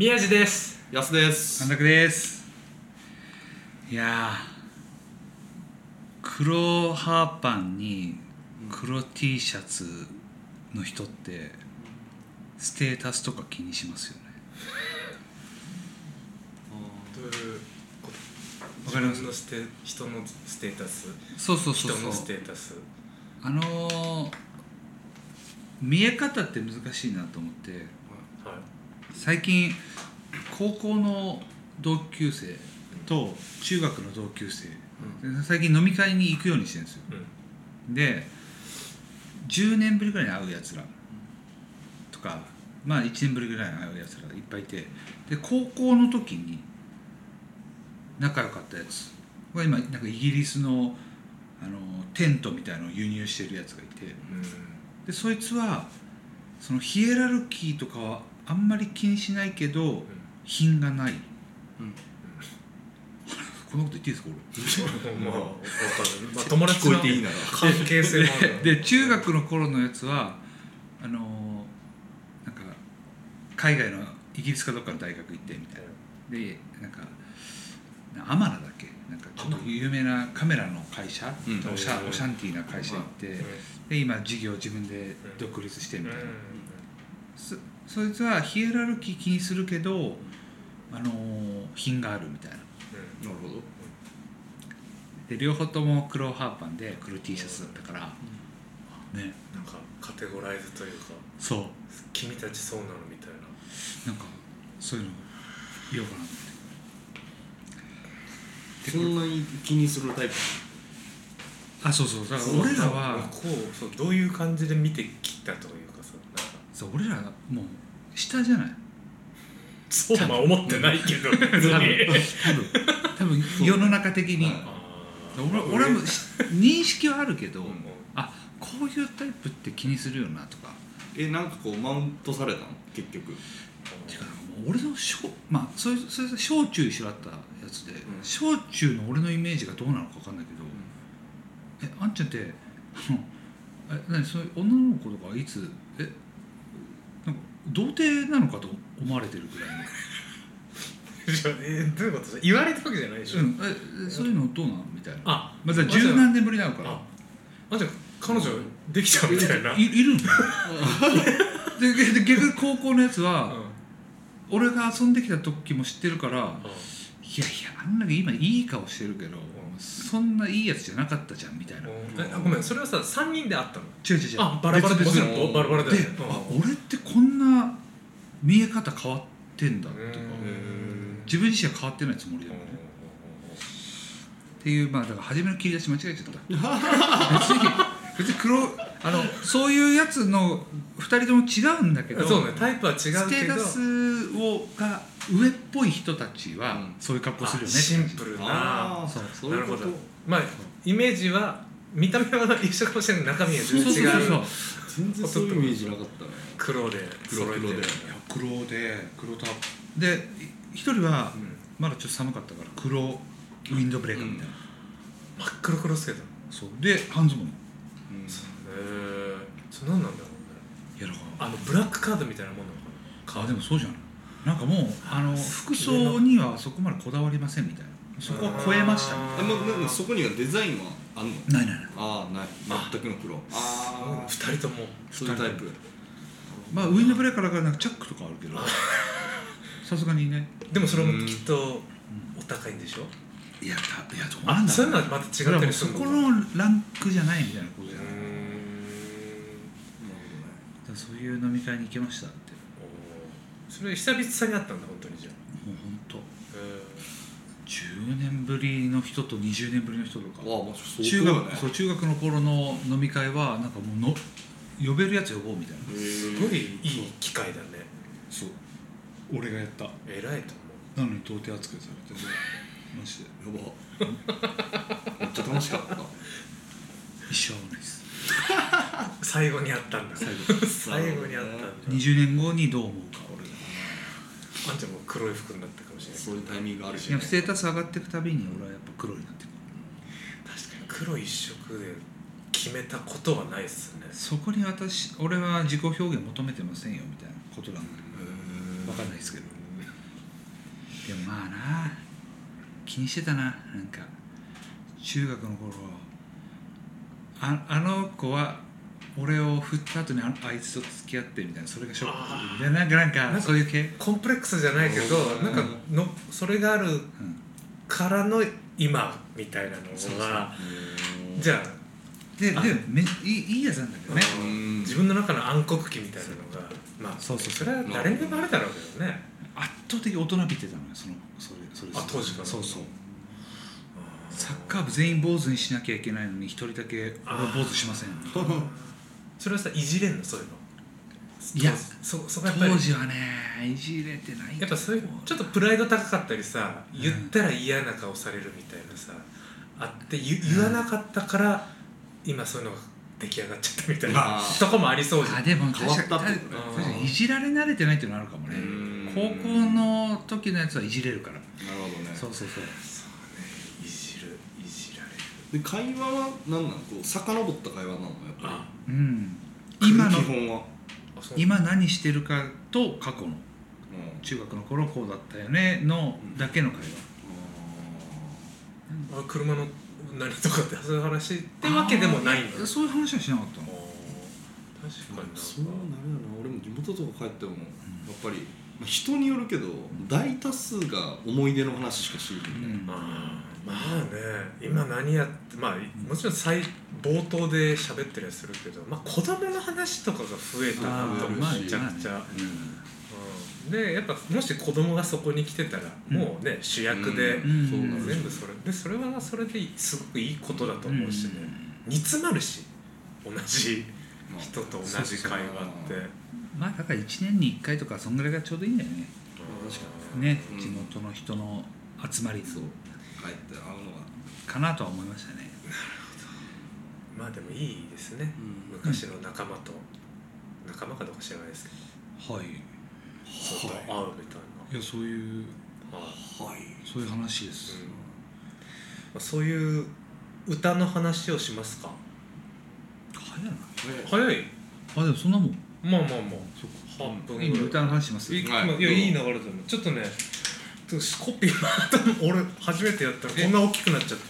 宮地です。 安です。 神田です。いや黒ハーパンに黒 T シャツの人ってステータスとか気にしますよね。 どういうことわかります？ 人のステータス。 そう人のステータス。 見え方って難しいなと思って、 はい、 最近高校の同級生と中学の同級生、最近飲み会に行くようにしてるんですよ、で10年ぶりぐらいに会うやつらとか、まあ1年ぶりぐらいに会うやつらがいっぱいいて、で高校の時に仲良かったやつが今なんかイギリスのテントみたいのを輸入してるやつがいて、でそいつはそのヒエラルキーとかはあんまり気にしないけど、品がない、こんなこと言っていいですか俺まあ分かる、まあ、友達の聞こえていいなら関係性もあるで中学の頃のやつはなんか海外のイギリスかどっかの大学行ってみたいな、でなんかアマナだっけ、なんかちょっと有名なカメラの会社、オシャンティーな会社行って、で今事業自分で独立してみたいな、そいつはヒエラルキー気にするけど品があるみたいな、 なるほど。 で両方とも黒ハーパンで黒 T シャツだったから、ね、 なんかカテゴライズというか、 そう君たちそうなのみたいな、 なんかそういうの言おうかなと思って。 そんなに気にするタイプ？ あ、そうだから俺らはこうそうどういう感じで見てきたというかさ、なんかそう俺らもう下じゃない、 そうまあ思ってないけど別に多分世の中的に俺はもう認識はあるけど、あ、こういうタイプって気にするよなとか、 なんかこうマウントされたの結局？ てかもう俺のまあそれ小中一緒だったやつで、小中の俺のイメージがどうなのか分かんないけど、あんちゃんって何そういう女の子とかいつなんか童貞なのかと思われてるぐらいのどういうこと？言われたわけじゃないでしょ、 そういうのどうなのみたいな、 まず十何年ぶりなのから、 じゃあ彼女できたみたいな、 いるので逆に高校のやつは、俺が遊んできた時も知ってるから、いやあんだけ今いい顔してるけど、そんないいやつじゃなかったじゃんみたいな、 ごめん、それはさ3人で会ったの？ 違うバラバラで、もちろんバラバラで、 俺ってこんな見え方変わってんだとか、自分自身は変わってないつもりだよねっていう、まあだから初めの切り出し間違えちゃった別にそういうやつの2人とも違うんだけど、 そうね、タイプは違うけどステータスが上っぽい人たちはそういう格好するよね、 シンプルな、 そういうこと。 まあイメージは見た目は一緒かもしれない、中身は全然違う。 全然そういうイメージなかったね。 黒で黒で黒タで一人はまだちょっと寒かったから黒ウィンドブレーカーみたいな、 真っ黒黒つけたの。 そうで半ズボン、 それ何なんだろうね。 いやだからブラックカードみたいなもんなのかな。 でもそうじゃない、なんかもう服装にはそこまでこだわりませんみたいな、そこは超えましたみたいな。 そこにはデザインはあんの？ ないない全くの黒。 2人ともそういうタイプ。 まあウィンドブレーカーだからなんかチャックとかあるけどさすがにね。 でもそれもきっとお高いんでしょ。 いやどうなんだろう、 そういうのはまた違ったりするそこのランクじゃないみたいなことじゃない。そういう飲み会に行けましたって。 それ久々に会ったんだ本当に。じゃあもう本当10年ぶりの人と20年ぶりの人とか、中学の頃の飲み会はなんかもう呼べるやつ呼ぼうみたいな。 すごいいい機会だね。 そう俺がやった。 偉いと思う。なのに童貞扱いされてマジでやばめっちゃ楽しかった一生会わないです最後に会ったんだ。最後に会ったんだ。 20年後にどう思うか俺が。 あんちゃんも黒い服になったかもしれない。 そういうタイミングがあるし、 ステータス上がっていくたびに俺はやっぱ黒になっていく。 確かに黒一色で決めたことはないっすね。 そこに俺は自己表現求めてませんよみたいなことなんで分かんないですけど、 でもまあな気にしてたな。なんか中学の頃あの子は俺を振った後にあいつと付き合ってみたいな、それがショックで、なんかそういう系コンプレックスじゃないけど、なんかのそれがあるからの今みたいなのが、じゃあでいいやつなんだけどね。 自分の中の暗黒期みたいなのが、まあそうそれは誰にでもあるだろうけどね。 圧倒的大人びてたのよ、それ当時から。 そうサッカー部全員坊主にしなきゃいけないのに一人だけ俺は坊主しませんそれはさ、いじれんの？そういうの。 いやそこやっぱり当時はねいじれてない。 やっぱそういうちょっとプライド高かったりさ、言ったら嫌な顔されるみたいなさ、あって言わなかったから今そういうのが出来上がっちゃったみたいなとこもありそうじゃん。 でも変わったって確かにいじられ慣れてないっていうのあるかもね。高校の時のやつはいじれるから。 なるほどね。 そういじられる。 で会話は何なの？こう遡った会話なのやっぱり。 今の基本は今何してるかと過去の中学の頃こうだったよねのだけの会話。 車の何とかってそういう話ってわけでもないんだ。 そういう話はしなかったの。 確かにそうなるよな。俺も地元とか帰ってもやっぱり人によるけど大多数が思い出の話しかしないみたいな。 まあね、今何やって、まあもちろん冒頭で喋ってりゃするけど、まあ子供の話とかが増えたなと思うし、めちゃくちゃ。でやっぱもし子供がそこに来てたら、もうね主役で全部それで、それはそれですごくいいことだと思うしね、煮詰まるし同じ人と同じ会話って、 まあだから1年に1回とかそんぐらいがちょうどいいんだよね。 確かにね、地元の人の集まりそう帰って会うのはかなとは思いましたね。 まあでもいいですね、昔の仲間かどうか知らないですけど、 はい、 そうと会うみたいな。 いやそういうそういう話です。 そういう歌の話をしますか。早い。 あでもそんなもん。 まあ8分ぐらい。 今歌の話しますよ。 いやいい流れだね。ちょっとねコピー俺初めてやったらこんな大きくなっちゃって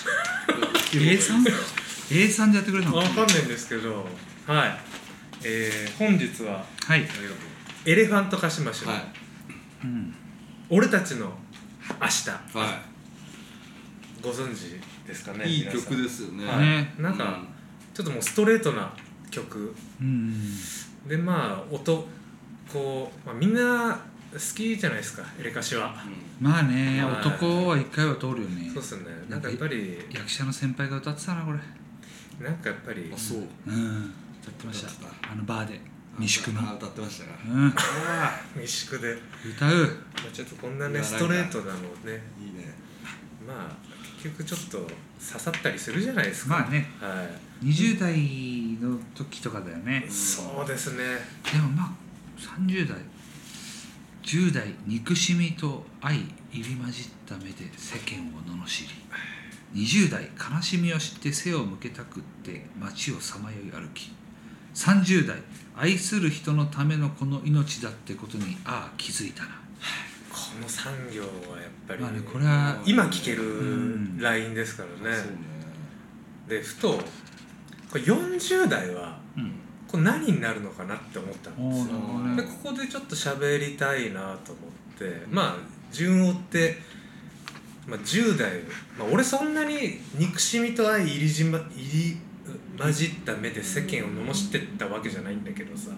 A3 でやってくれたのわかんないんですけど、はい、本日ははいエレファントカシマシの俺たちの明日、ご存知ですかね。 いい曲ですよね。 なんかちょっともうストレートな曲で、まあこう、みんな好きじゃないですか、エレカシは。 まあね、男は一回は通るよね。 そうっすね。なんかやっぱり役者の先輩が歌ってたなこれ。 なんかやっぱり歌ってました。バーで三宿の歌ってましたか。 三宿で歌う。 ちょっとこんなねストレートなのね、 いいね。 まあ結局ちょっと刺さったりするじゃないですか。 まあね、20代の時とかだよね。 そうですね。 でもまあ30代10代憎しみと愛入り混じった目で世間を罵り、20代悲しみを知って背を向けたくって街をさまよい歩き、30代愛する人のためのこの命だってことに気づいたな。 この産業はやっぱり、 まあね、これは今聴けるラインですからね。でふとこれ40代はこれ何になるのかなって思ったんですよ。でここでちょっと喋りたいなと思って、まあ順を追って、10代、俺そんなに憎しみと愛入り混じった目で世間を罵ってったわけじゃないんだけどさ。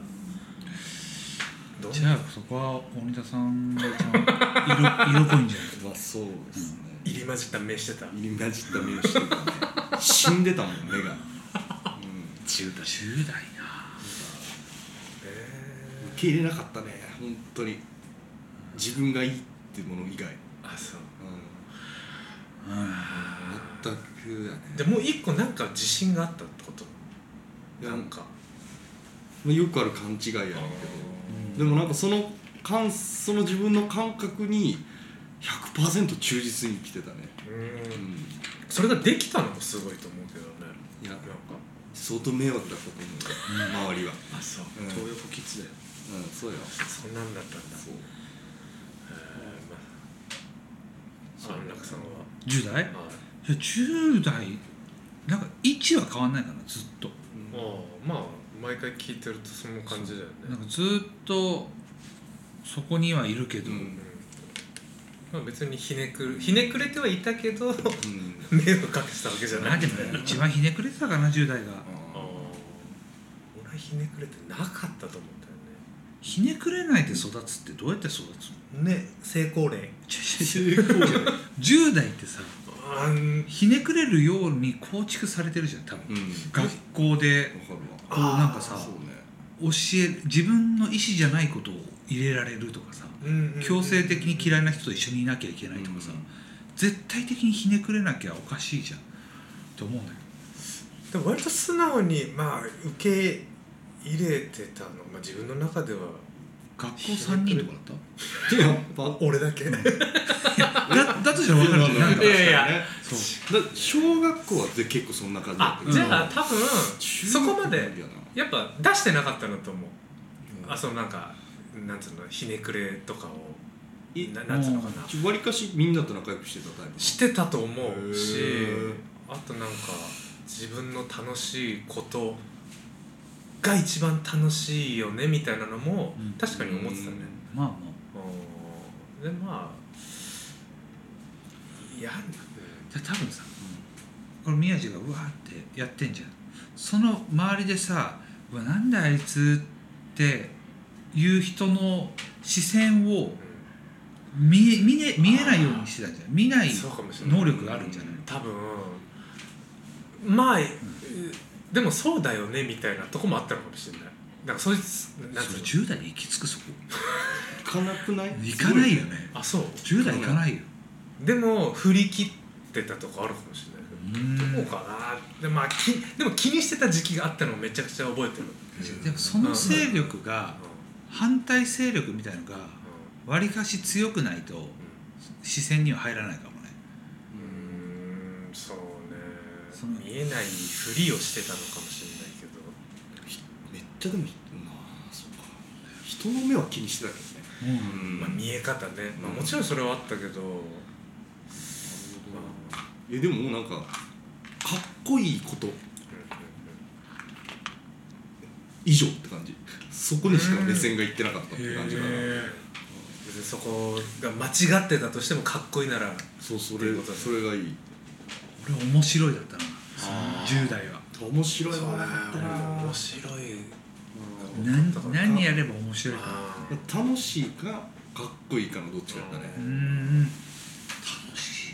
じゃあそこは大仁田さんが一番色濃いんじゃないまあそうですね。 入り混じった目してた。 入り混じった目をしてたね。死んでたもん目が。 10代な。 受け入れなかったね本当に。自分がいいってもの以外。 そう。 全くだね。 でもう一個なんか自信があったってこと。なんかよくある勘違いやねんけど、でもなんかその自分の感覚に 100% 忠実に生きてたね。 それができたのもすごいと思うけどね。 いやなんか相当迷惑だったと思う、周りは。 そう。 東横キッズだよ。 そうよ。 そんなんだったんだ。 そう。 安楽さんは 10代、 はい、 いや10代なんか位置は変わんないかな、ずっと、 まあ毎回聞いてるとその感じだよね。 なんかずっとそこにはいるけど、 まあ、別にひねくれてはいたけど、迷惑かけてたわけじゃない。 でも一番ひねくれてたかな、10代が。 俺はひねくれてなかったと思ったよね。 ひねくれないで育つってどうやって育つのね、成功例。 10代ってさ、ひねくれるように構築されてるじゃん、多分、学校でこうなんかさ、自分の意思じゃないことを入れられるとかさ、強制的に嫌いな人と一緒にいなきゃいけないとかさ、絶対的にひねくれなきゃおかしいじゃんって思うんだよ。 でも割と素直に、まあ、受け入れてたの、まあ、自分の中では。 学校3人とかだったやっぱ俺だけ。 だとじゃ分かるじゃん。 いやいや、 そうだ小学校は結構そんな感じだったけど、 じゃあ多分そこまでやっぱ出してなかったなと思う。そのなんかなんつうの、ひねくれとかをなんつうのかな、 わりかしみんなと仲良くしてたタイプ。 してたと思うし、あとなんか自分の楽しいことが一番楽しいよねみたいなのも確かに思ってたね。 まあまあ。でまあ多分さ、これ宮地がうわーってやってんじゃん。その周りでさ、うわなんであいつっていう人の視線を見えないようにしてたんじゃん。見ない能力があるんじゃない？ 多分まあ、でもそうだよねみたいなとこもあったのかもしれない。なんかそいつなんそれ10代で行き着く、そこ行かなくない？ 行かないよね。 あ、そう 10代行かないよ。 でも振り切ってたとこあるかもしれない。どうかな。でも気にしてた時期があったのをめちゃくちゃ覚えてる。 でもその勢力が反対勢力みたいなのがわりかし強くないと視線には入らないかもね。 そうね。見えないふりをしてたのかもしれないけど、 めっちゃでもそうか、人の目は気にしてたけどね。 まあ見え方ね。まあもちろんそれはあったけど、 でもなんかかっこいいこと以上って感じ。そこにしか目線がいってなかったって感じかな。 別にそこが間違ってたとしてもかっこいいなら、 それがいい。 俺面白いだったな、10代は。 面白いわな。 面白い。 何やれば面白いか。 楽しいかかっこいいかのどっちかだね。 楽しい。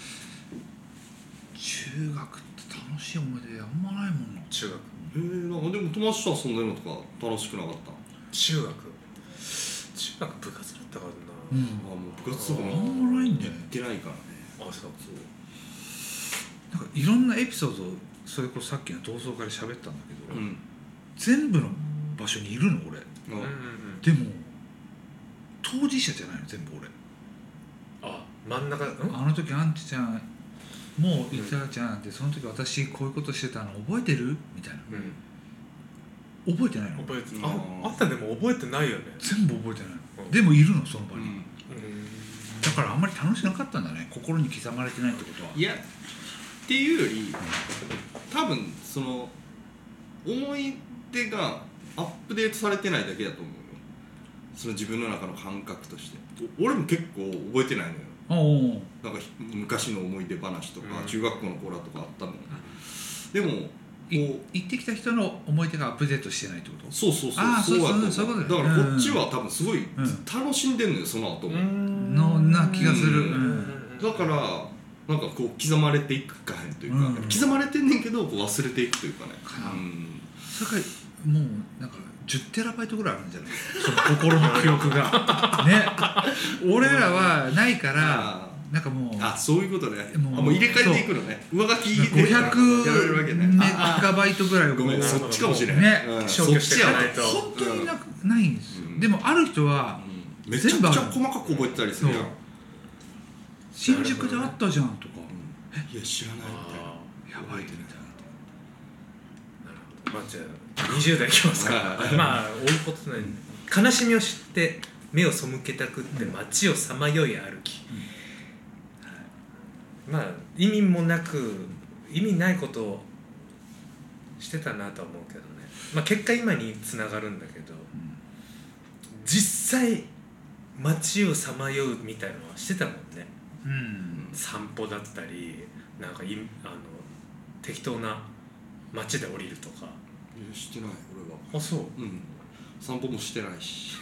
中学って楽しい思い出あんまないもんな。 中学。 なんかでも友達と遊んでるのとか楽しくなかった？ 中学部活だったからな。 もう部活とかもあんまないんだよね。 行ってないからね。 そう。 なんかいろんなエピソード、それこそさっきの同窓会で喋ったんだけど、全部の場所にいるの俺。でも当事者じゃないの、全部俺。 真ん中。 あの時アンチちゃんもういたじゃんって、その時私こういうことしてたの覚えてるみたいな。覚えてないの？ 覚えてない。あった。でも覚えてないよね。 全部覚えてないの。でもいるの、その場に。だからあんまり楽しくなかったんだね、心に刻まれてないってことは。 いやっていうより、多分その思い出がアップデートされてないだけだと思うよ。その自分の中の感覚として。俺も結構覚えてないのよ。なんか昔の思い出話とか、中学校の頃とかあったもん。でも行ってきた人の思い出がアップデートしてないってこと？ そうそうそう。だからこっちは多分すごい楽しんでんのよ、その後も。 のな気がする。 だからなんかこう刻まれていくかへんというか、刻まれてんねんけどこう忘れていくというかね。 それからもうなんか10テラバイトぐらいあるんじゃない？その心の記憶がね。俺らはないからなんかもうそういうことね。もう入れ替えていくのね。上書きでやられるわけね。 500メガバイトぐらいをごめん、そっちかもしれないね。 消去していかないと本当にないんですよ。でもある人はめちゃくちゃ細かく覚えてたりするやん。 新宿であったじゃんとか、 いや知らないみたいな。 やばいね。 まあじゃあ20代いきますか。まあ追うことない。悲しみを知って目を背けたくって街をさまよい歩き、 まあ意味もなく意味ないことをしてたなとは思うけどね。まあ結果今につながるんだけど、実際街をさまようみたいなのはしてたもんね。散歩だったりなんか適当な街で降りるとか。 してない俺は。 あ、そう。 散歩もしてないし。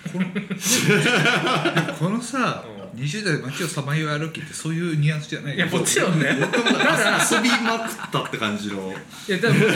このさ、20代で街をさまよい歩きってそういうニュアンスじゃない？ いやもちろんね。 ただ遊びまくったって感じの。 いやでも違う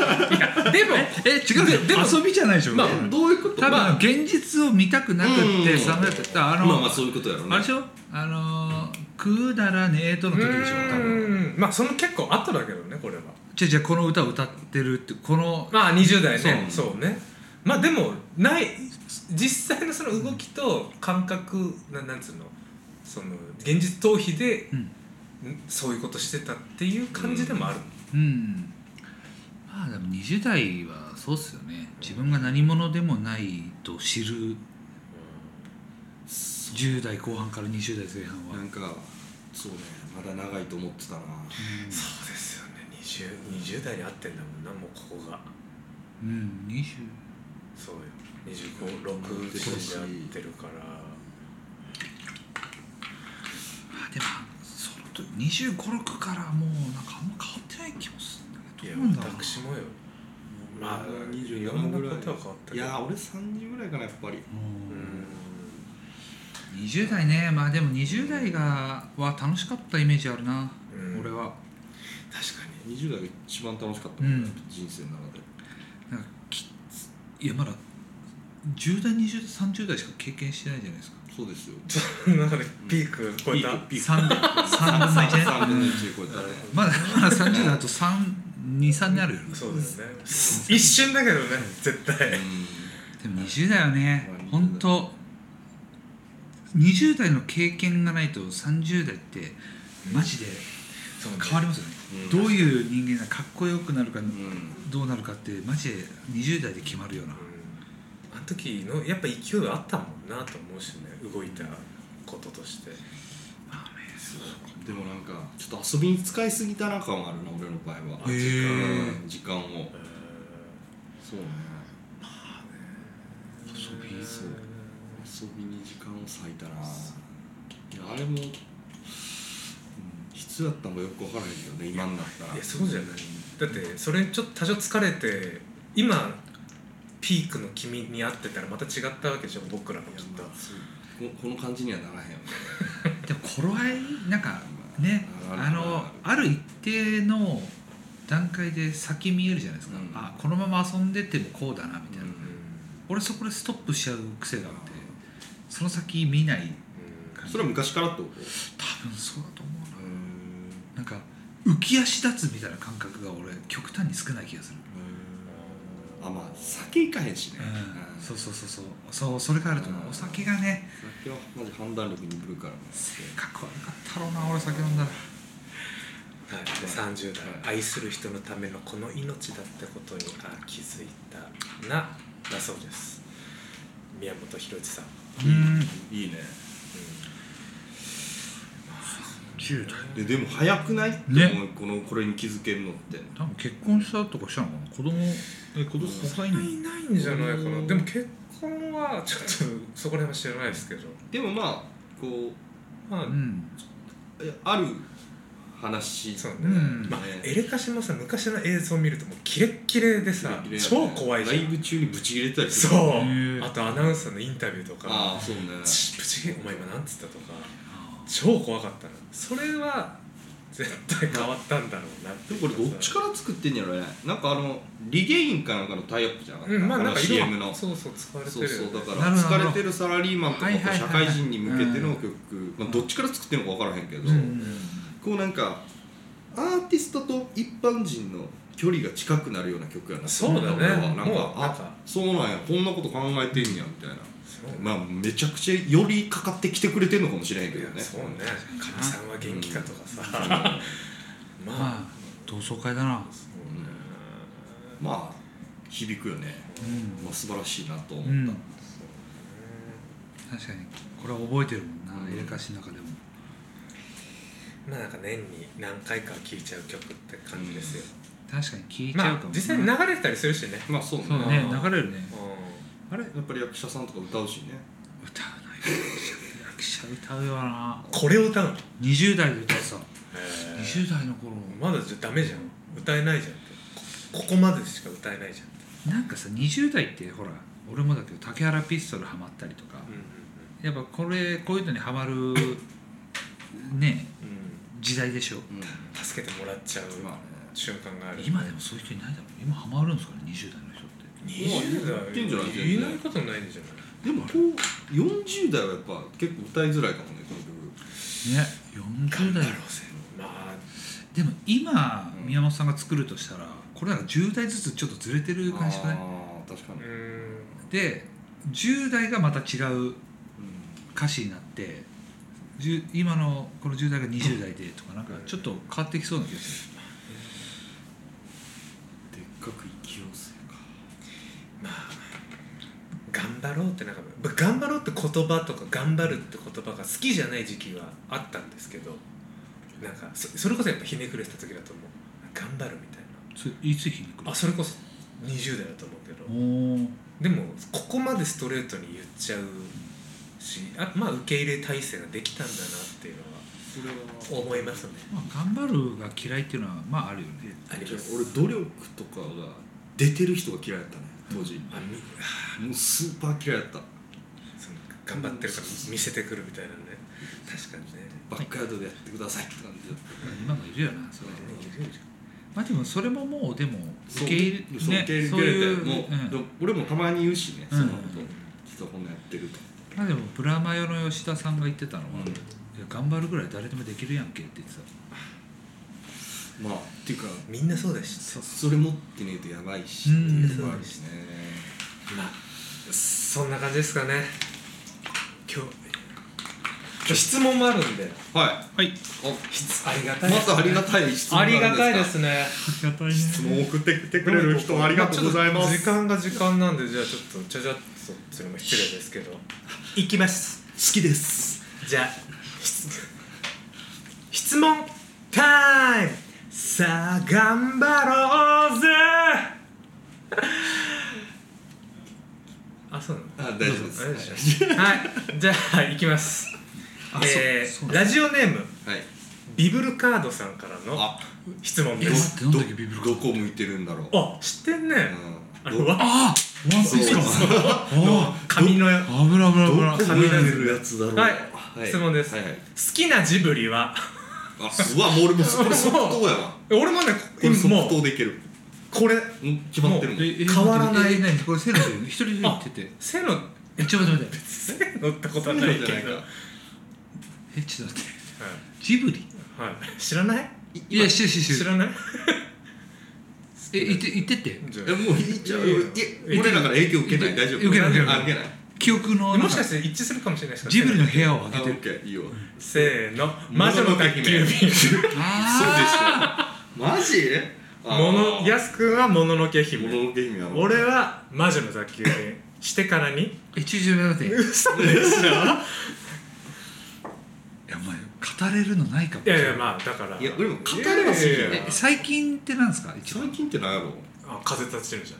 でも遊びじゃないでしょ。 まあどういうこと？ 多分現実を見たくなくってさまよってまあそういうことやろね。 あれでしょ？くだらねえとの時でしょ多分。 まあその結構後だけどねこれは。 じゃあこの歌を歌ってるってこのまあ20代ね。そうね。まあでも実際のその動きと感覚なんつうのその現実逃避でそういうことしてたっていう感じでもある。 まあでも20代はそうっすよね。自分が何者でもないと知る10代後半から20代前半はなんかそうねまだ長いと思ってたな。 そうですよね。20代に合ってんだもんなもうここが。 20 そうよ。25、6でやってるから。 でもその時25、6からもうなんかあんま変わってない気もするんだけど。 いや私もよ。まあ 24 いろんなぐらい。 ことは変わったけど。 いや俺30ぐらいかなやっぱり。 20代ね。まあでも20代は楽しかったイメージあるな、俺は。 確かに20代が一番楽しかったもんね、人生の中で。 なんかいやまだ10代20代30代しか経験してないじゃないですか。 そうですよ。 その中でピーク超えた。 3分の1ね。 3分の1超えたね。 まだ30代だと2、3になるよね。 そうですね。一瞬だけどね絶対。でも20代はね本当20代の経験がないと30代ってマジで変わりますよね。どういう人間がかっこよくなるかどうなるかってマジで20代で決まるような。 あの時のやっぱ勢いはあったもんなと思うしね動いたこととして。 まあねでもなんかちょっと遊びに使いすぎたな感はあるな俺の場合は。時間を。そうね。 まあね遊びに時間を割いたな。いやあれも必要だったのかよく分からへんけどね今になったら。 いやそうじゃない。だってそれにちょっと多少疲れて今ピークの君に会ってたらまた違ったわけでしょ僕らもきっと。 この感じにはならへんよね。 でも頃合いなんかねある一定の段階で先見えるじゃないですか。あこのまま遊んでてもこうだなみたいな。俺そこでストップしちゃう癖があってその先見ない。 それは昔からってこと？ 多分そうだと思うな。なんか浮き足立つみたいな感覚が俺極端に少ない気がする。 あまあ酒いかへんしね。 そうそれがあると思う。お酒がね。 酒はマジ判断力に鈍るからね。 性格悪かったろうな俺酒飲んだら。 30代愛する人のためのこの命だってことに気づいたなだそうです。宮本浩次さん。 いいね。 10代でも早くないって思うこれに気づけるのって。 多分結婚したとかしたのかな。子供他いないんじゃないかな。でも結婚はちょっとそこら辺は知らないですけど。 でもまあこうある話。 そうね。エレカシもさ昔の映像を見るともうキレッキレでさ超怖いじゃん。 ライブ中にブチ切れたりする。 そう。あとアナウンサーのインタビューとか。 ああそうね。 ブチ切れお前今なんつったとか。超怖かったな。それは絶対変わったんだろうなって。 でもこれどっちから作ってんやろね。なんかリゲインかなんかのタイアップじゃなかった。 まあなんか CM の。 そう使われてる。 そうだから疲れてるサラリーマンとか社会人に向けての曲、まあどっちから作ってるのか分からへんけど、こうなんかアーティストと一般人の距離が近くなるような曲やな。 そうだね。 なんかそうなんやこんなこと考えてんやみたいな。まあめちゃくちゃ寄りかかってきてくれてんのかもしれへんけどね。 そうね。かみさんは元気かとかさ。 まあ同窓会だな。 まあ響くよね。まあ素晴らしいなと思った。 確かにこれは覚えてるもんな。エレカシの中でも。 まあなんか年に何回か聴いちゃう曲って感じですよ、 確かに聴いちゃうかも、 実際に流れてたりするしね。 まあそうね。 そうね、流れるね。 あれやっぱり役者さんとか歌うしね。 歌わない役者歌うよな。 これを歌うの 20代で歌ってた。20代の頃まだダメじゃん、歌えないじゃんって。ここまでしか歌えないじゃん。 なんかさ、20代ってほら俺もだけど竹原ピストルハマったりとか、やっぱこういうのにハマるね、時代でしょ、 助けてもらっちゃう瞬間がある。 今でもそういう人いないだろう。今ハマるんですかね、20代の人って。 20代いないことないんじゃない。 でも40代はやっぱ結構歌いづらいかもね、この曲ね。40代まあでも今、宮本さんが作るとしたらこれなんか10代ずつちょっとずれてる感じしない？ 確かに。 で10代がまた違う歌詞になって、今のこの10代が20代でとかなんかちょっと変わってきそうな気がする。 でっかく生きようぜか。 まあ頑張ろうってなんか頑張ろうって言葉とか頑張るって言葉が好きじゃない時期はあったんですけど、なんかそれこそやっぱひねくれてた時だと思う。頑張るみたいな。 それいつひねくれ？ それこそ20代だと思うけど、でもここまでストレートに言っちゃうし、まあ受け入れ体制ができたんだなっていうのは思いますね。 まあ、頑張るが嫌いっていうのはまああるよね。 あります。 俺努力とかが出てる人が嫌いだったね当時。もうスーパー嫌いだった。 頑張ってるから見せてくるみたいなね。確かにね。 バックヤードでやってくださいって感じだった。 今もいるよなそれね。いるよ。まあでもそれももうでも受け入れてもう俺もたまに言うしね、そのこと実はこんなやってると。 まあでもブラマヨの吉田さんが言ってたのは、いや頑張るぐらい誰でもできるやんけって言ってた。 まあっていうかみんなそうだし、 それ持ってねえとやばいしっていうのもあるしね。 まあそんな感じですかね。今日質問もあるんで。 はい。 ありがたい。 またありがたい質問ありがたいですね。 ありがたいね。 質問を送ってきてくれる人ありがとうございます。 時間が時間なんで、じゃあちょっとちゃちゃっとするのも失礼ですけどいきます。 好きです。 じゃあ質問タイム。さあ頑張ろうぜ。そうなの？ 大丈夫です。 はい、じゃあいきます。ラジオネーム、ビブルカードさんからの質問です。 どこ向いてるんだろう。 知ってんね。 ワンピースか。 髪の油どこ向いてるやつだろう。 はい、質問です。好きなジブリは？ うわ、もう俺もそれ即答やわ。 俺もね、 即答でいける。 これ決まってるもん。 変わらない。 これせーので一人で言ってて。 せーの。 ちょっと待って。 せーのってことはないけど。 ちょっと待って。ジブリ？ はい。知らない？ いや、知らない？言ってって。 もう言っちゃう。俺らから影響受けない。大丈夫？ 受けない。記憶のもしかして一致するかもしれないですから。 ジブリの部屋を開けてる。 いいよ。 せーの。魔女の宅急便。そうでしょ。 マジ？ やすくんはもののけ姫。俺は魔女の宅急便。してからに？ ちょ待って。 嘘でしょ。いや、お前語れるのないかも。 いやまあだから。 いや俺も語れば好き。 最近ってなんですか？ 最近って何やろう？ 風立ちぬじゃない。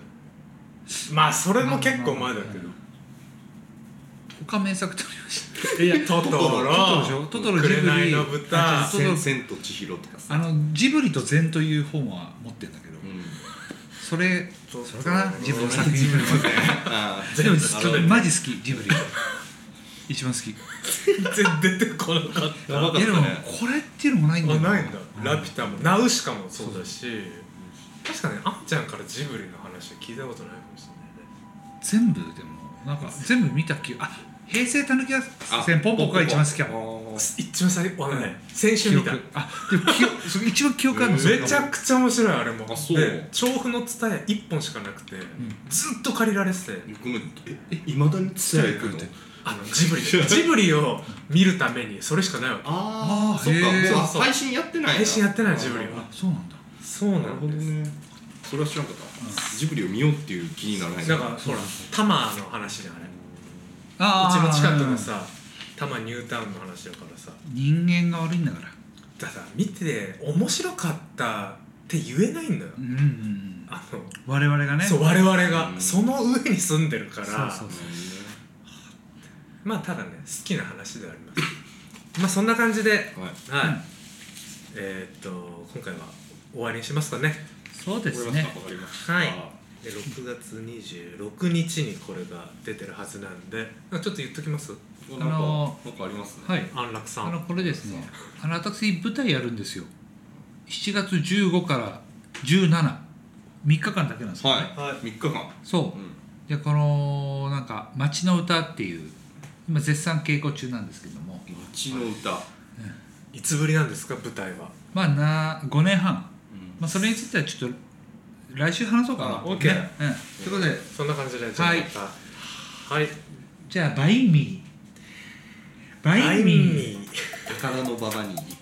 まあそれも結構前だけど。 他名作取りました。 いやトトロ、ジブリの豚、 千と千尋とかさ。ジブリと禅という本は持ってるんだけど、それかな、ジブリの作品にますね。でもマジ好き、ジブリ一番好き。 全然出てこなかった。 でもこれっていうのもないんだよ。 ないんだ。ラピュタもナウシカもそうだし、確かにあんちゃんからジブリの話は聞いたことないかもしれないね。 全部でもなんか全部見た気が。平成たぬき戦ポンポコが一番好きやもん。 一番最後ね、先週見た。 でも一番記憶あるの。 めちゃくちゃ面白いあれも。で調布のツタヤ1本しかなくてずっと借りられてて。 いまだにツタヤ行くの？ ジブリを見るためにそれしかないわけ。 そっか。配信やってない。 配信やってないジブリは。 そうなんだ。 そうなんです。 それは知らんかった。ジブリを見ようっていう気にならない。 だからほらタマの話じゃんあれ。うちの近くのさ多摩ニュータウンの話だからさ。 人間が悪いんだから。 だから見て面白かったって言えないんだよ、 我々がね、 そう我々が、その上に住んでるから、まあただね好きな話ではありますまあそんな感じで、はい、今回は終わりにしますかね。 そうですね。 はい。で6月26日にこれが出てるはずなんで、ちょっと言っときます。 なんかありますね。 はい。 安楽さん。 これですね。私舞台やるんですよ。7月15から17、3日間だけなんですよね。 はい。3日間。 そう。でこのなんか街の歌っていう今絶賛稽古中なんですけども。 街の歌。 いつぶりなんですか舞台は。 まあ5年半。まあそれについてはちょっと来週話そうかな。 OK。 ということでそんな感じでじゃあまた。はい。 じゃあバインミー。 バインミー。 高田の馬場に行